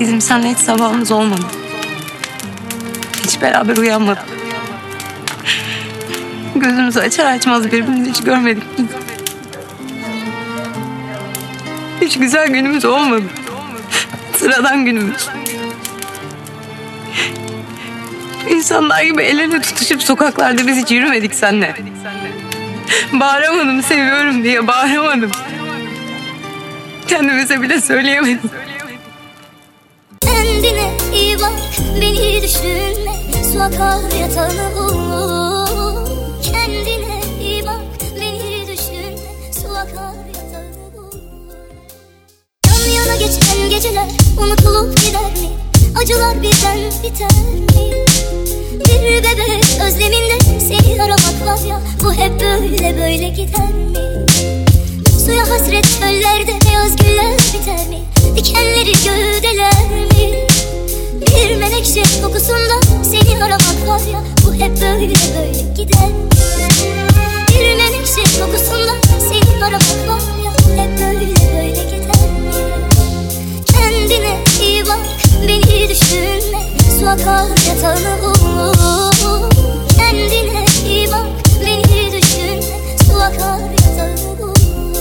Bizim seninle hiç sabahımız olmadı. Hiç beraber uyanmadık. Gözümüzü açar açmaz birbirimizi hiç görmedik. Hiç güzel günümüz olmadı. Sıradan günümüz. İnsanlar gibi el ele tutuşup sokaklarda biz hiç yürümedik seninle. Bağıramadım seviyorum diye, bağıramadım. Kendimize bile söyleyemedim. Kendine iyi bak, beni düşünme. Su akar yatağını bul. Kendine iyi bak, beni düşünme. Su akar yatağını bul. Yan yana geçen geceler unutulup gider mi? Acılar birden biter mi? Bir bebek özleminde seni aramak var ya, bu hep böyle böyle gider mi? Suya hasret çöllerde beyaz güller biter mi? Dikenleri gövdeler mi? Bir menekşe kokusunda seni aramak var ya, bu hep böyle böyle gider mi? Bir menekşe kokusunda seni aramak var ya, hep böyle böyle gider mi? Kendine iyi bak, beni düşünme. Su akar yatağını bul. Kendine iyi bak, beni düşünme. Su akar yatağını bul.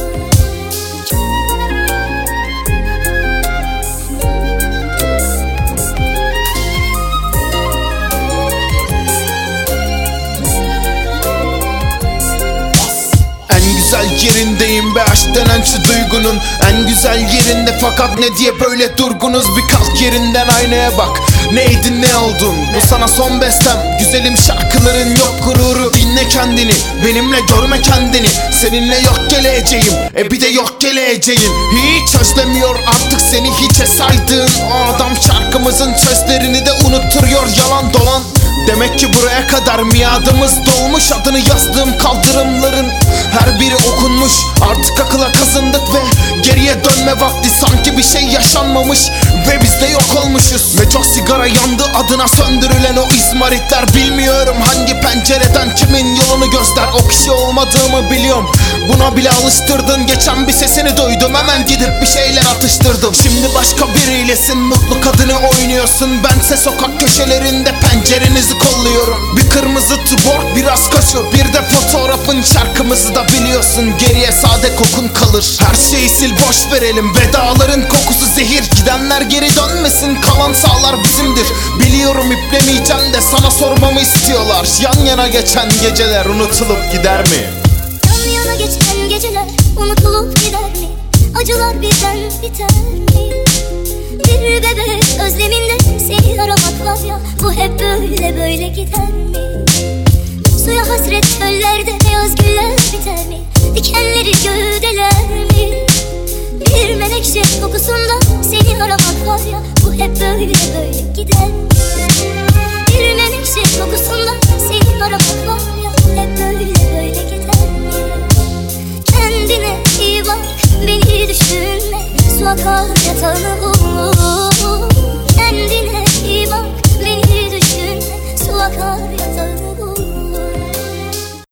Yerindeyim be aşk denen şu duygunun en güzel yerinde, fakat ne diye böyle durgunuz? Bir kalk yerinden, aynaya bak, neydin ne oldun? Bu sana son bestem, güzelim şarkıların yok gururu. Dinle kendini, benimle görme kendini. Seninle yok geleceğim, bir de yok geleceğin. Hiç özlemiyor artık seni hiçe saydığın o adam. Şarkımızın sözlerini de unutturuyor yalan dolan. Demek ki buraya kadar miadımız dolmuş. Adını yazdığım kaldırımların her biri okunmuş. Artık akıla kazındık ve geriye dönme vakti. Sanki bir şey yaşanmamış ve biz de yok olmuşuz. Ne çok sigara yandı adına söndürülen o izmaritler. Bilmiyorum hangi pencereden kimin yolunu göster. O kişi olmadığımı biliyorum, buna bile alıştırdın. Geçen bir sesini duydum, hemen gidip bir şeyler atıştırdım. Şimdi başka biriylesin, mutlu kadını oynuyorsun. Bense sokak köşelerinde pencerenizi kolluyorum. Bir kırmızı tuborg, biraz koşu, bir de fotoğrafın. Şarkımızı da biliyorsun, geriye sade kokun kalır. Her şeyi sil boş verelim, vedaların kokusu zehir. Gidenler geri dönmesin, kalan sağlar bizimdir. Biliyorum iplemeyeceğim de sana sormamı istiyorlar. Yan yana geçen geceler unutulup gider mi? Yan yana geçen geceler unutulup gider mi? Acılar birden biter mi? Bir bebek özleminde seni aramak var ya, bu hep böyle böyle gider mi? Suya hasret çöllerde beyaz güller biter mi? Dikenleri gövdeler mi? Bir menekşe kokusunda seni aramak var ya, bu hep böyle böyle gider mi? Bir menekşe kokusunda seni aramak var ya, hep böyle böyle gider mi? Kendine iyi bak, beni düşünme. Su akar yatağını bul.